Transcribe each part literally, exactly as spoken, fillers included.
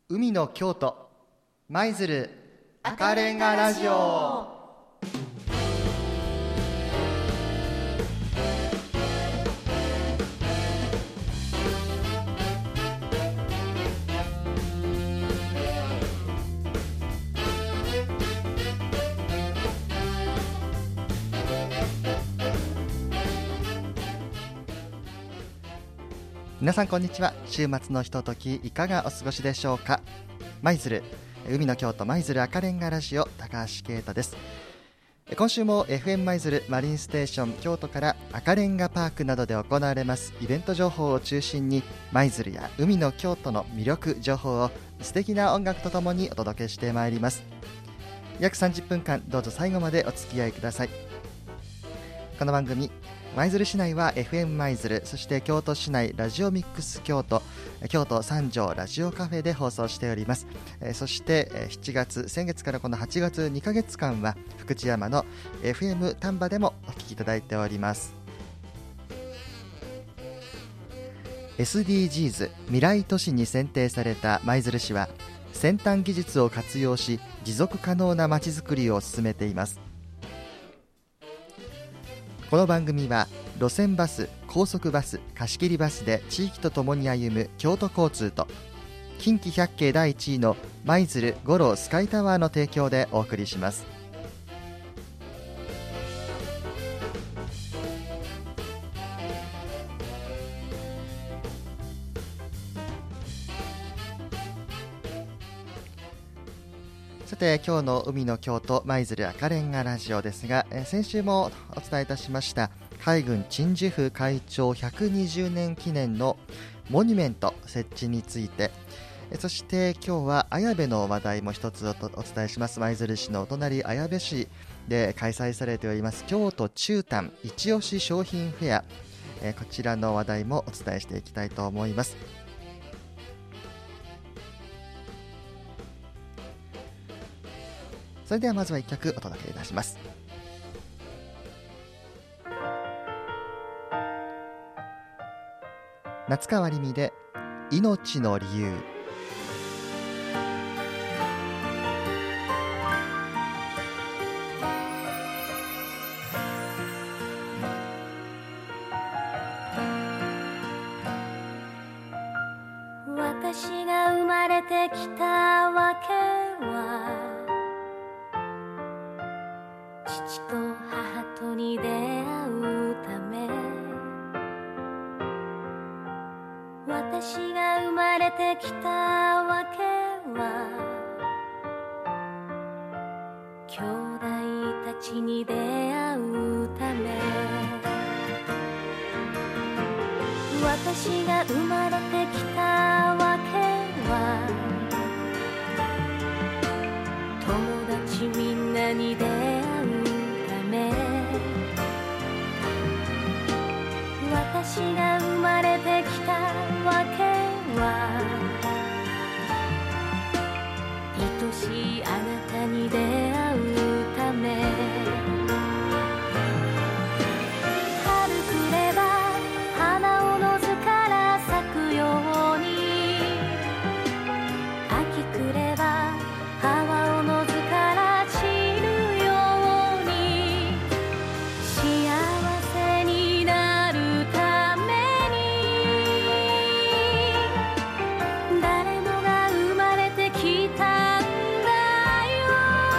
海の京都舞鶴赤レンガラジオ。皆さんこんにちは。週末のひとときいかがお過ごしでしょうか。舞鶴海の京都舞鶴赤レンガラジオ、高橋啓太です。今週も エフエム 舞鶴マリンステーション京都から赤レンガパークなどで行われますイベント情報を中心に、舞鶴や海の京都の魅力情報を素敵な音楽とともにお届けしてまいります。約さんじゅっぷんかん、どうぞ最後までお付き合いください。この番組、舞鶴市内は エフエム 舞鶴、そして京都市内ラジオミックス京都、京都三条ラジオカフェで放送しております。えー、そしてえー、しちがつ、先月からこのはちがつにかげつかんは福知山の エフエム 丹波でもお聞きいただいております。 エスディージーズ 未来都市に選定された舞鶴市は、先端技術を活用し持続可能なまちづくりを進めています。この番組は路線バス、高速バス、貸切バスで地域とともに歩む京都交通と、近畿百景だいいちいの舞鶴五郎スカイタワーの提供でお送りします。さて、今日の海の京都舞鶴赤レンガラジオですが、え先週もお伝えいたしました海軍鎮守府会長ひゃくにじゅうねん記念のモニュメント設置について、えそして今日は綾部の話題も一つ お, お伝えします。舞鶴市のお隣綾部市で開催されております京都中丹一押し商品フェア、えこちらの話題もお伝えしていきたいと思います。それではまずはいっきょくお届けいたします。夏川りみで命の理由。 私が生まれてきたわけは、父と母とに出会うため。私が生まれてきたわけは、兄弟たちに出会うため。私が生まれてきたわけは、友達みんなに出会うため。私が生まれてきたわけは、愛しいあなたに出会うため。春来れば花おのずから咲くように、秋来れば葉はおのずから散るように、幸せになるために、誰もが生まれてきたんだよ。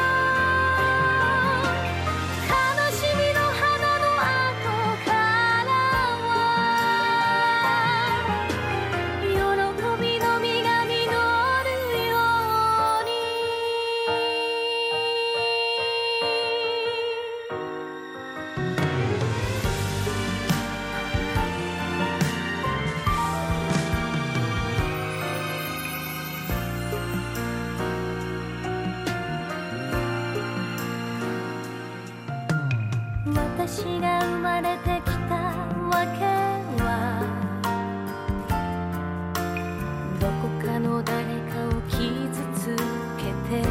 悲しみの花の後からは、喜びの実が実るように。私が生まれてきたわけは、どこかの誰かを傷つけて。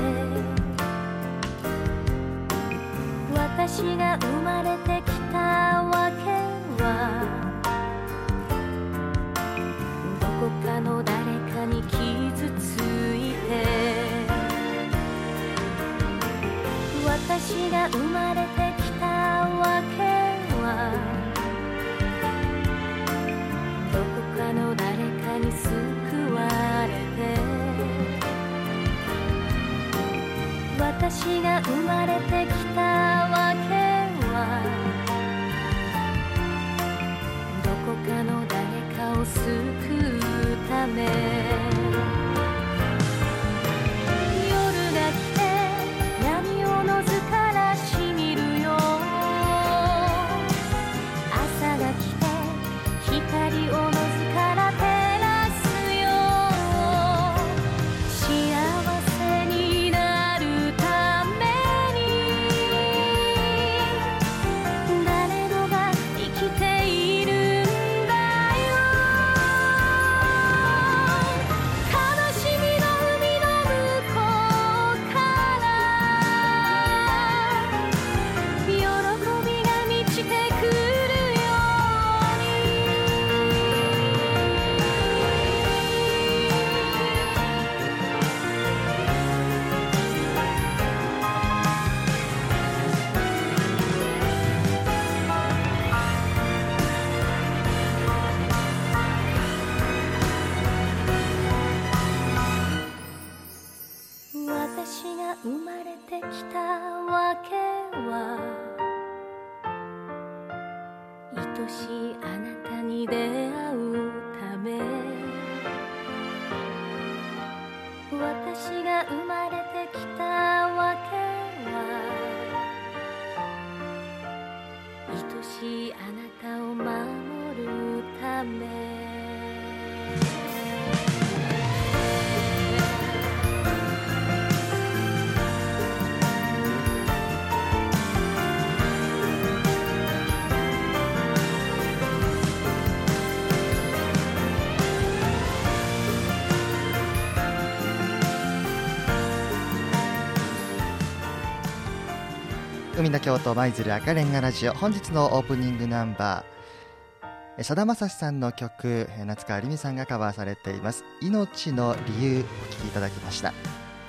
私が生まれてきたわけは、どこかの誰かに傷つい私が生まれてきたわけはどこかの誰かに救われて、私が生まれてきたわけはどこかの誰かを救うため。 海の京都舞鶴赤レンガラジオ、本日のオープニングナンバー、さだまさしさんの曲、夏川りみさんがカバーされています命の理由、お聴きいただきました。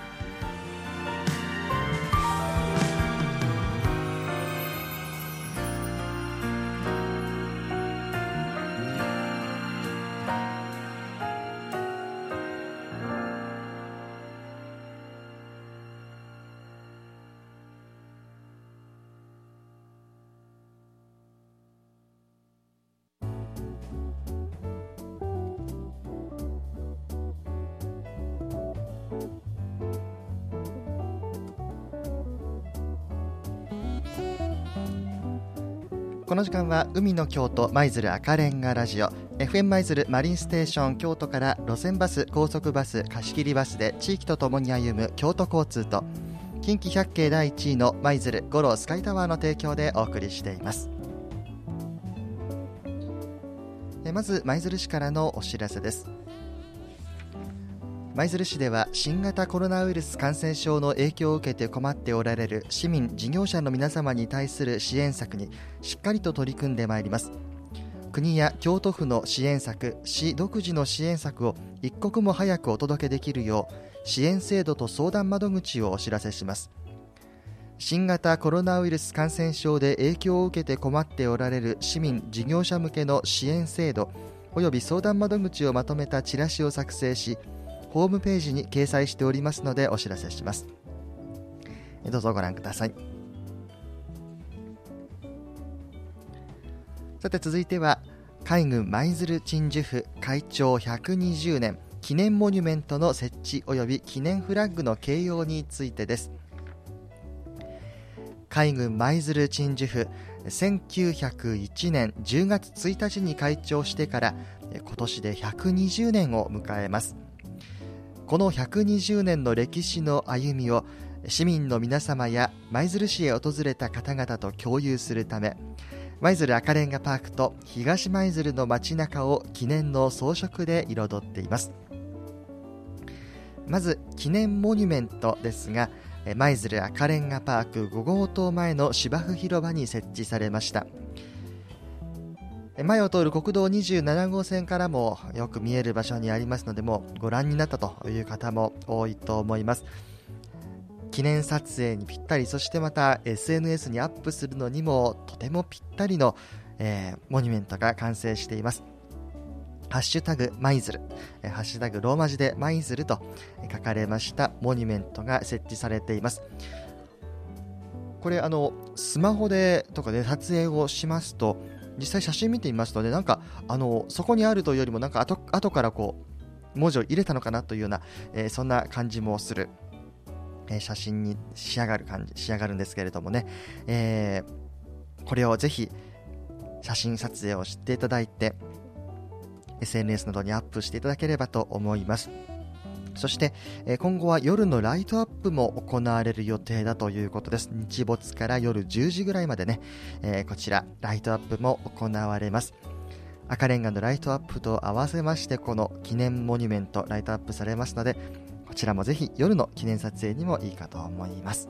この時間は海の京都舞鶴赤レンガラジオ エフエム 舞鶴マリンステーション京都から路線バス、高速バス、貸し切りバスで地域とともに歩む京都交通と、近畿百景だいいちいの舞鶴五郎スカイタワーの提供でお送りしています。まず舞鶴市からのお知らせです。舞鶴市では新型コロナウイルス感染症の影響を受けて困っておられる市民・事業者の皆様に対する支援策にしっかりと取り組んでまいります。国や京都府の支援策、市独自の支援策を一刻も早くお届けできるよう、支援制度と相談窓口をお知らせします。新型コロナウイルス感染症で影響を受けて困っておられる市民・事業者向けの支援制度および相談窓口をまとめたチラシを作成し、ホームページに掲載しておりますのでお知らせします。どうぞご覧ください。さて続いては、海軍舞鶴鎮守府開庁ひゃくにじゅうねん記念モニュメントの設置および記念フラッグの掲揚についてです。海軍舞鶴鎮守府、せんきゅうひゃくいちねんじゅうがつついたちに開庁してから今年でひゃくにじゅうねんを迎えます。このひゃくにじゅうねんの歴史の歩みを市民の皆様や舞鶴市へ訪れた方々と共有するため、舞鶴赤レンガパークと東舞鶴の街中を記念の装飾で彩っています。まず記念モニュメントですが、舞鶴赤レンガパークご号棟前の芝生広場に設置されました。 前を通る国道にじゅうなな号線からもよく見える場所にありますので、もうご覧になったという方も多いと思います。記念撮影にぴったり、そしてまた エスエヌエス にアップするのにもとてもぴったりの、えー、モニュメントが完成しています。ハッシュタグ舞鶴、ハッシュタグローマ字で舞鶴と書かれましたモニュメントが設置されています。これあのスマホでとかで撮影をしますと、実際写真見てみますとね、なんかあのそこにあるというよりもなんか後、後からこう文字を入れたのかなというような、えー、そんな感じもする、えー、写真に仕上がる感じ仕上がるんですけれどもね、えー、これをぜひ写真撮影をしていただいて エスエヌエス などにアップしていただければと思います。そして、えー、今後は夜のライトアップも行われる予定だということです。日没から夜じゅうじぐらいまでね、えー、こちらライトアップも行われます。赤レンガのライトアップと合わせまして、この記念モニュメントライトアップされますので、こちらもぜひ夜の記念撮影にもいいかと思います。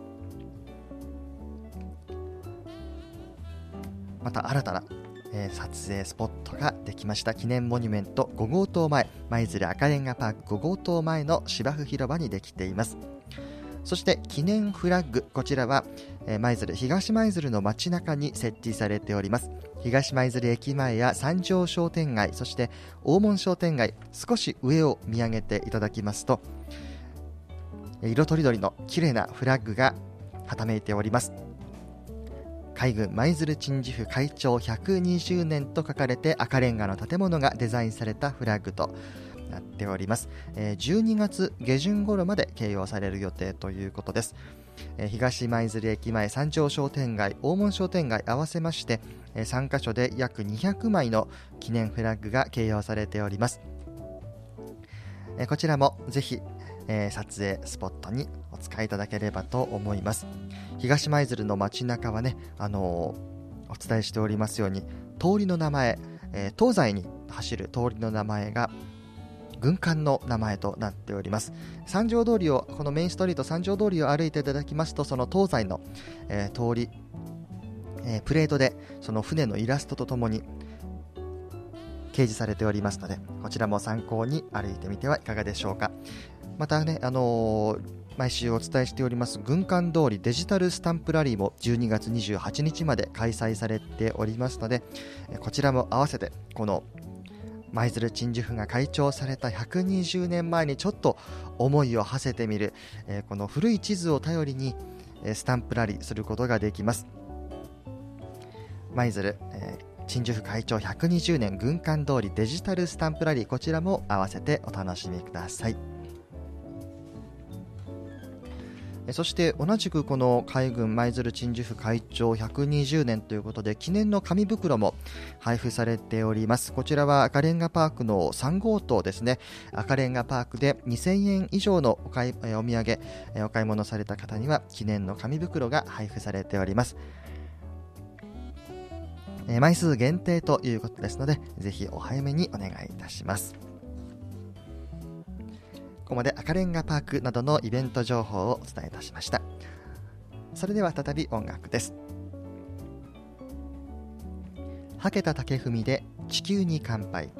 また新たなえー、撮影スポットができました。記念モニュメントご号棟前、舞鶴赤レンガパークご号棟前の芝生広場にできています。そして記念フラッグ、こちらは、えー、舞鶴東舞鶴の街中に設置されております。東舞鶴駅前や三条商店街、そして大門商店街、少し上を見上げていただきますと、色とりどりの綺麗なフラッグがはためいております。海軍舞鶴鎮守府開庁ひゃくにじゅうねんと書かれて赤レンガの建物がデザインされたフラッグとなっております。えー、じゅうにがつ下旬頃まで掲揚される予定ということです。えー、東舞鶴駅前、三条商店街、大門商店街合わせまして、えー、さんカ所で約にひゃくまいの記念フラッグが掲揚されております。えー、こちらもぜひえー、撮影スポットにお使いいただければと思います。東舞鶴の街中はね、あのー、お伝えしておりますように、通りの名前、えー、東西に走る通りの名前が軍艦の名前となっております。三条通りを、このメインストリート三条通りを歩いていただきますと、その東西の、えー、通り、えー、プレートでその船のイラストとともに掲示されておりますので、こちらも参考に歩いてみてはいかがでしょうか。またね、あのー、毎週お伝えしております軍艦通りデジタルスタンプラリーもじゅうにがつにじゅうはちにちまで開催されておりますので、こちらも合わせてこの舞鶴鎮守府が開庁されたひゃくにじゅうねんまえにちょっと思いを馳せてみる、えー、この古い地図を頼りにスタンプラリーすることができます。舞鶴、えー、鎮守府開庁ひゃくにじゅうねん軍艦通りデジタルスタンプラリー、こちらも合わせてお楽しみください。そして同じくこの海軍舞鶴鎮守府開庁ひゃくにじゅうねんということで、記念の紙袋も配布されております。こちらは赤レンガパークのさん号棟ですね。赤レンガパークでにせんえん以上のお買いお土産お買い物された方には記念の紙袋が配布されております。枚数限定ということですので、ぜひお早めにお願いいたします。ここまで赤レンガパークなどのイベント情報をお伝えいたしました。それでは再び音楽です。羽田武文で地球に乾杯。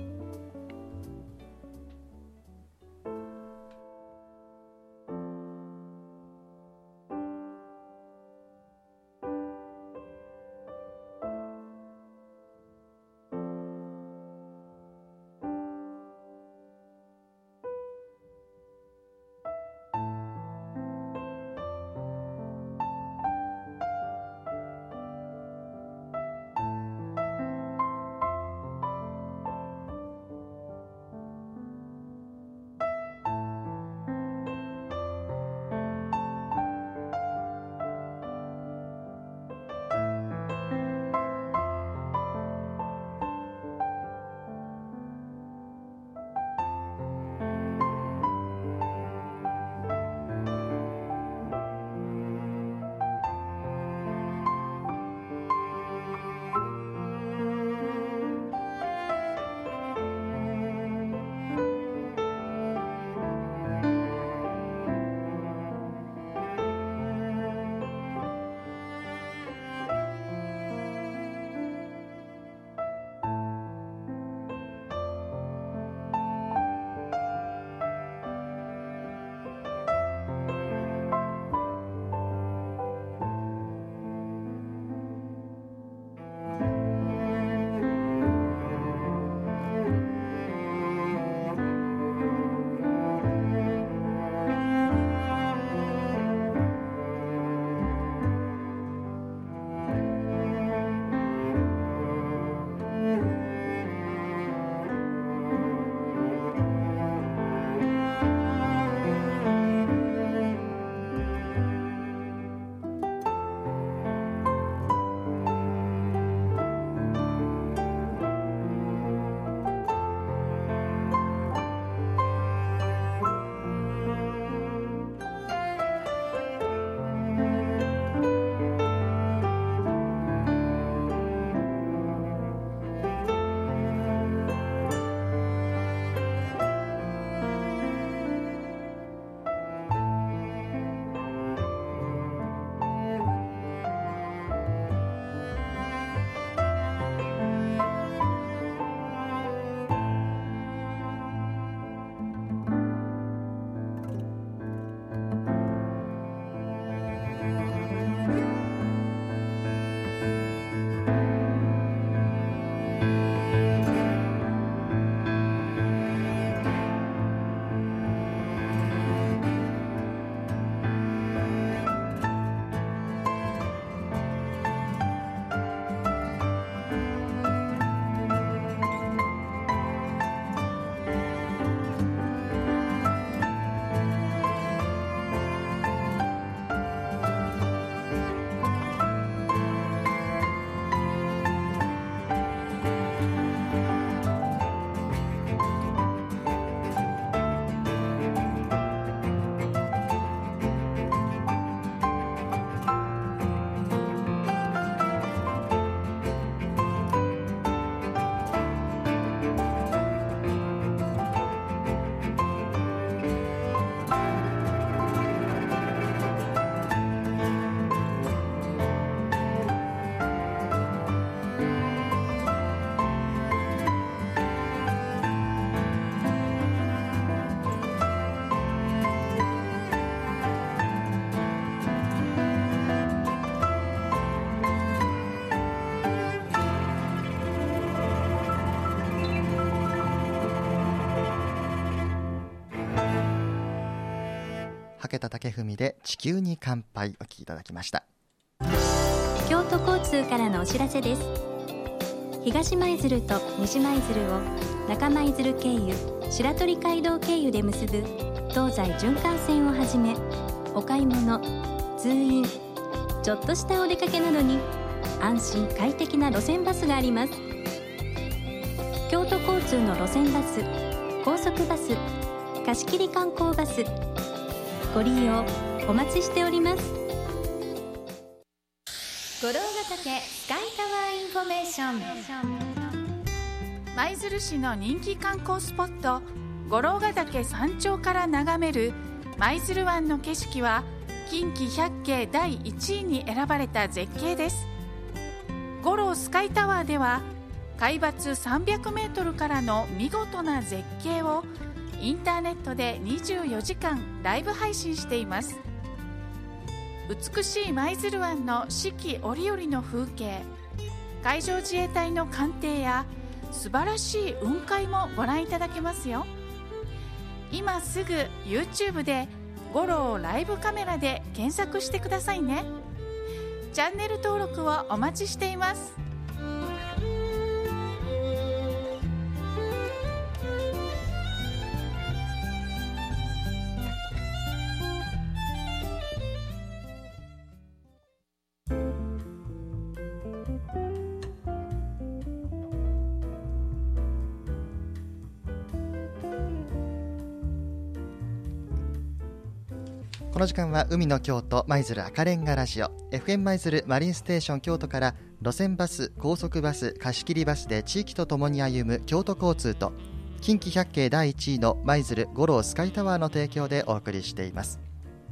羽田武文で地球に乾杯お聴きいただきました。 京都交通からのお知らせです。東舞鶴と西舞鶴を中舞鶴経由白鳥街道経由で結ぶ東西循環線をはじめ、お買い物、通院、ちょっとしたお出かけなどに安心快適な路線バスがあります。京都交通の路線バス、高速バス、貸切観光バス、ご利用お待ちしております。 五郎ヶ岳スカイタワーインフォメーション。 舞鶴市の人気観光スポット、五郎ヶ岳山頂から眺める舞鶴湾の景色は近畿百景だいいちいに選ばれた絶景です。五郎スカイタワーでは海抜さんびゃくメートルからの見事な絶景をインターネットでにじゅうよじかんライブ配信しています。美しい舞鶴湾の四季折々の風景、海上自衛隊の艦艇や素晴らしい雲海もご覧いただけますよ。今すぐ YouTube で五郎ライブカメラで検索してくださいね。チャンネル登録をお待ちしています。 この時間は海の京都舞鶴赤レンガラジオ エフエム 舞鶴マリンステーション京都から路線バス、高速バス、貸し切りバスで地域とともに歩む京都交通と近畿百景だいいちいの舞鶴五郎スカイタワーの提供でお送りしています。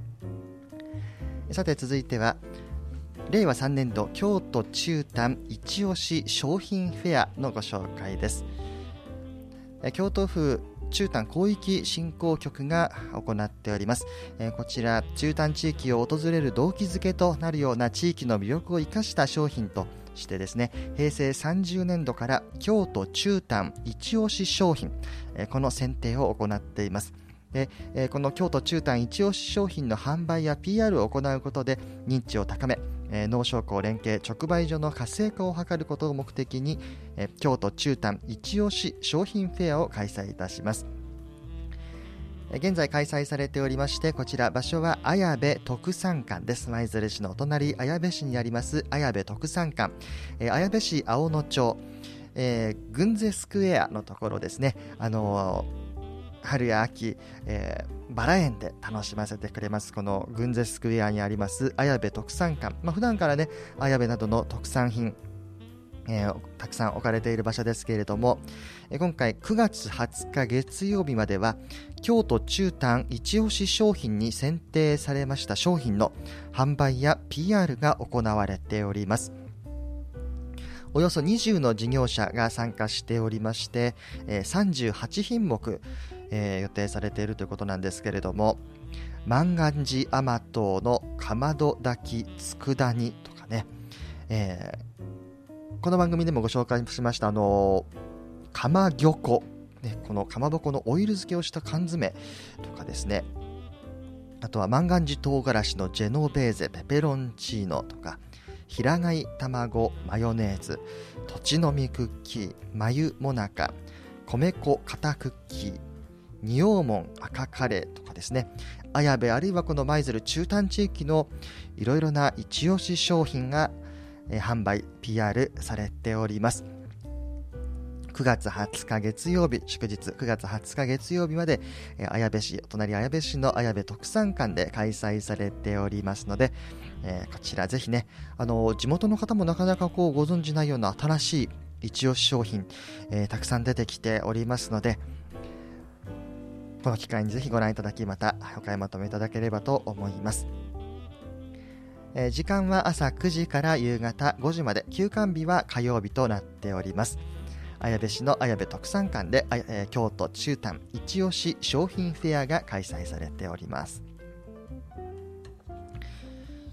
さて続いてはれいわさんねんど京都中丹一押し商品フェアのご紹介です。京都府中丹広域振興局が行っております。えー、こちら中丹地域を訪れる動機づけとなるような地域の魅力を生かした商品としてですね、平成さんじゅうねんどから京都中丹一押し商品、えー、この選定を行っています。でえー、この京都中丹一押し商品の販売や ピーアール を行うことで認知を高め、えー、農商工連携直売所の活性化を図ることを目的に、えー、京都中丹一押し商品フェアを開催いたします。現在開催されておりまして、こちら場所は綾部特産館です。舞鶴市のお隣綾部市にあります綾部特産館、えー、綾部市青野町、えー、軍勢スクエアのところですね。あのー春や秋、えー、バラ園で楽しませてくれますこの軍勢スクエアにあります綾部特産館、まあ、普段からね綾部などの特産品、えー、たくさん置かれている場所ですけれども、えー、今回くがつはつか月曜日までは京都中丹一押し商品に選定されました商品の販売や ピーアール が行われております。およそにじゅうの事業者が参加しておりまして、えー、さんじゅうはちひんもく、えー、予定されているということなんですけれども、万願寺甘党のかまど炊き佃煮とかね、えー、この番組でもご紹介しましたあのー、かまぎょこ、ね、このかまぼこのオイル漬けをした缶詰とかですね、あとは万願寺唐辛子のジェノベーゼペペロンチーノとか、平飼い卵マヨネーズ、とちのみクッキー、眉もなか、米粉堅クッキー、仁王門赤カレーとかですね、綾部あるいはこの舞鶴中丹地域のいろいろな一押し商品が、えー、販売 ピーアール されております。くがつはつか月曜日、祝日くがつはつか月曜日まで、えー、綾部市、隣綾部市の綾部特産館で開催されておりますので、えー、こちらぜひね、あのー、地元の方もなかなかこうご存じないような新しい一押し商品、えー、たくさん出てきておりますので、この機会にぜひご覧いただき、またお買い求めいただければと思います。えー、時間は朝くじから夕方ごじまで、休館日は火曜日となっております。綾部市の綾部特産館で、えー、京都中丹一押し商品フェアが開催されております。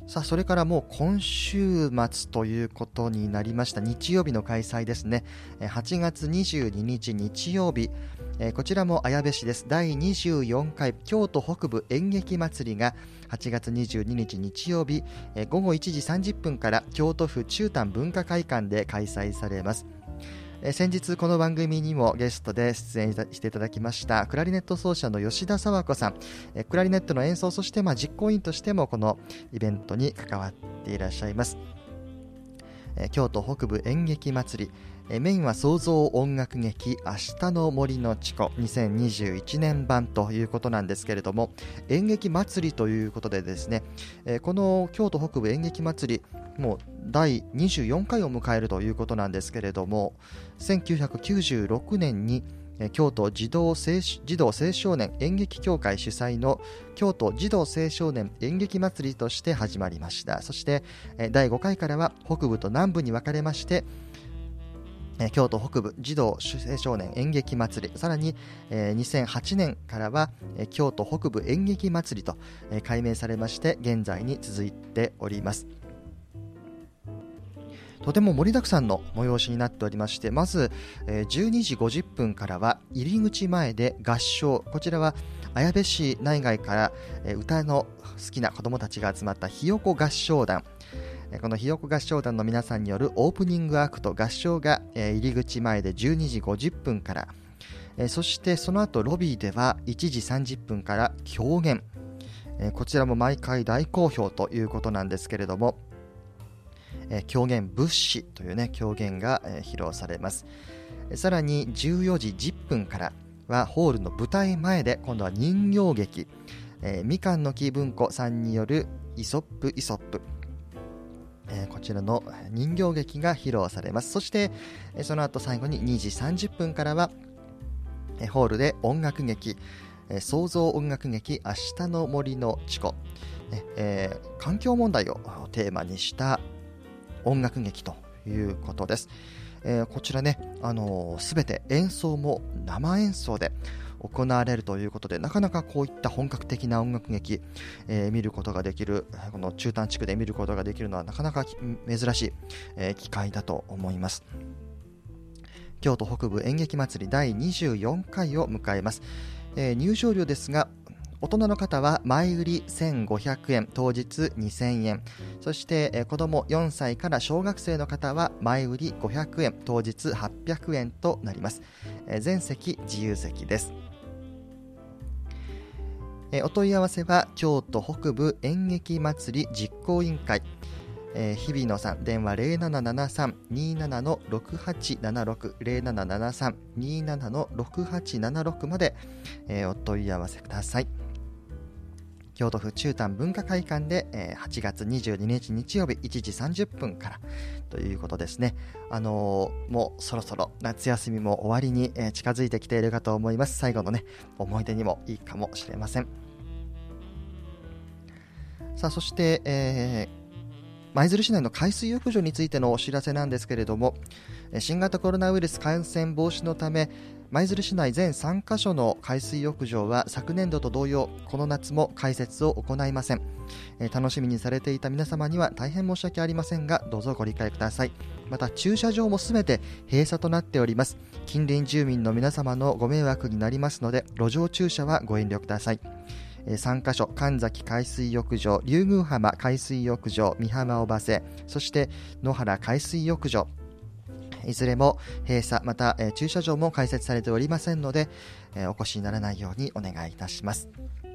さあそれからもう今週末ということになりました。日曜日の開催ですね。はちがつにじゅうににち日曜日、えー、こちらも綾部市です。だいにじゅうよんかい京都北部演劇祭りがはちがつにじゅうににち日曜日、えー、ごごいちじさんじゅっぷんから京都府中丹文化会館で開催されます。えー、先日この番組にもゲストで出演していただきましたクラリネット奏者の吉田佐和子さん、えー、クラリネットの演奏、そしてまあ実行委員としてもこのイベントに関わっていらっしゃいます。えー、京都北部演劇祭り、えー、メインは創造音楽劇明日の森のチコにせんにじゅういちねん版ということなんですけれども、演劇祭りということでですね、えー、この京都北部演劇祭りもうだいにじゅうよんかいを迎えるということなんですけれども、せんきゅうひゃくきゅうじゅうろくねんに京都児童青児童青少年演劇協会主催の京都児童青少年演劇祭りとして始まりました。そしてだいごかいからは北部と南部に分かれまして、京都北部児童青少年演劇祭り、さらににせんはちねんからは京都北部演劇祭りと改名されまして、現在に続いております。とても盛りだくさんの催しになっておりまして、まずじゅうにじごじゅっぷんからは入り口前で合唱、こちらは綾部市内外から歌の好きな子どもたちが集まったひよこ合唱団、このひよこ合唱団の皆さんによるオープニングアクト合唱が入り口前でじゅうにじごじゅっぷんから、そしてその後ロビーではいちじさんじゅっぷんから狂言、こちらも毎回大好評ということなんですけれども、狂言仏師というね狂言が披露されます。さらにじゅうよじじゅっぷんからはホールの舞台前で今度は人形劇、えー、みかんの木文庫さんによるイソップイソップ、えー、こちらの人形劇が披露されます。そしてその後最後ににじさんじゅっぷんからはホールで音楽劇、創造音楽劇明日の森のチコ、えー、環境問題をテーマにした音楽劇ということです。えー、こちらね、あのー、すべて演奏も生演奏で行われるということで、なかなかこういった本格的な音楽劇、えー、見ることができる、この中丹地区で見ることができるのはなかなか珍しい、えー、機会だと思います。京都北部演劇祭りだいにじゅうよんかいを迎えます。えー、入場料ですが、大人の方は前売りせんごひゃくえん、当日にせんえん、そして、えー、子供よんさいから小学生の方は前売りごひゃくえん、当日はっぴゃくえんとなります。えー、全席自由席です。えー、お問い合わせは京都北部演劇祭り実行委員会、えー、日比野さん、電話 ゼロななななさん にーなな ろくはちななろく ゼロななななさん にーなな ろくはちななろくまで、えー、お問い合わせください。京都府中丹文化会館で、えー、はちがつにじゅうににち日曜日いちじさんじゅっぷんからということですね。あのー、もうそろそろ夏休みも終わりに、えー、近づいてきているかと思います。最後のね思い出にもいいかもしれません。さあそして、えー舞鶴市内の海水浴場についてのお知らせなんですけれども、新型コロナウイルス感染防止のため舞鶴市内全さんかしょの海水浴場は昨年度と同様この夏も開設を行いません。楽しみにされていた皆様には大変申し訳ありませんが、どうぞご理解ください。また駐車場もすべて閉鎖となっております。近隣住民の皆様のご迷惑になりますので、路上駐車はご遠慮ください。さんかしょ、神崎海水浴場、竜宮浜海水浴場、美浜尾瀬、そして野原海水浴場、いずれも閉鎖、また、えー、駐車場も開設されておりませんので、えー、お越しにならないようにお願いいたします。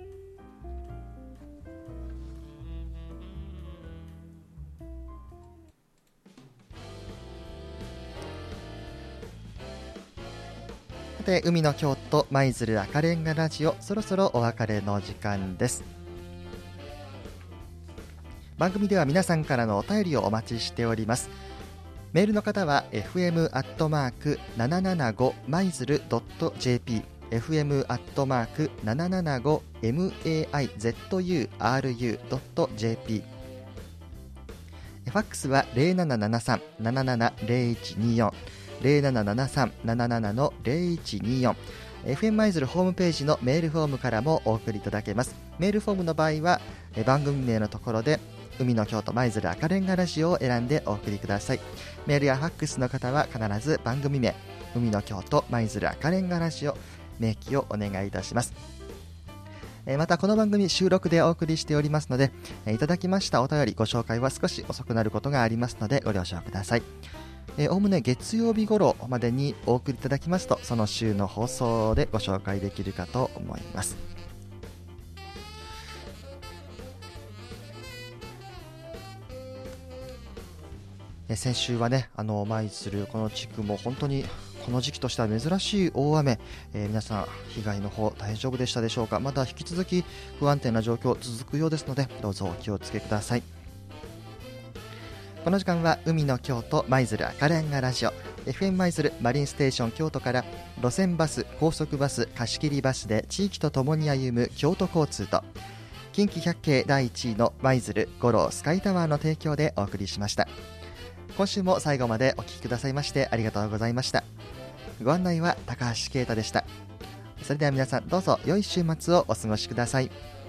さて、海の京都舞鶴赤レンガラジオ、そろそろお別れの時間です。番組では皆さんからのお便りをお待ちしております。メールの方は エフエム アットマーク ななななご マイズル ドット ジェーピー エフエム アットマーク ななななご マイズル ドット ジェーピー、 ファックスは ゼロななななさん なななな ゼロいちによん ゼロななななさん なななな ゼロいちによん、 エフエム 舞鶴ホームページのメールフォームからもお送りいただけます。メールフォームの場合は番組名のところで海の京都舞鶴赤レンガラジオを選んでお送りください。メールやファックスの方は必ず番組名、海の京都舞鶴赤レンガラジオ、明記をお願いいたします。またこの番組収録でお送りしておりますので、いただきましたお便りご紹介は少し遅くなることがありますのでご了承ください。おおむね月曜日頃までにお送りいただきますと、その週の放送でご紹介できるかと思います。先週はね、あの舞鶴この地区も本当にこの時期としては珍しい大雨、えー、皆さん被害の方大丈夫でしたでしょうか。まだ引き続き不安定な状況続くようですので、どうぞお気をつけください。この時間は海の京都舞鶴赤レンガラジオ エフエム 舞鶴マリンステーション京都から路線バス、高速バス、貸し切りバスで地域とともに歩む京都交通と、近畿百景だいいちいの舞鶴五郎スカイタワーの提供でお送りしました。今週も最後までお聞きくださいましてありがとうございました。ご案内は高橋啓太でした。それでは皆さんどうぞ良い週末をお過ごしください。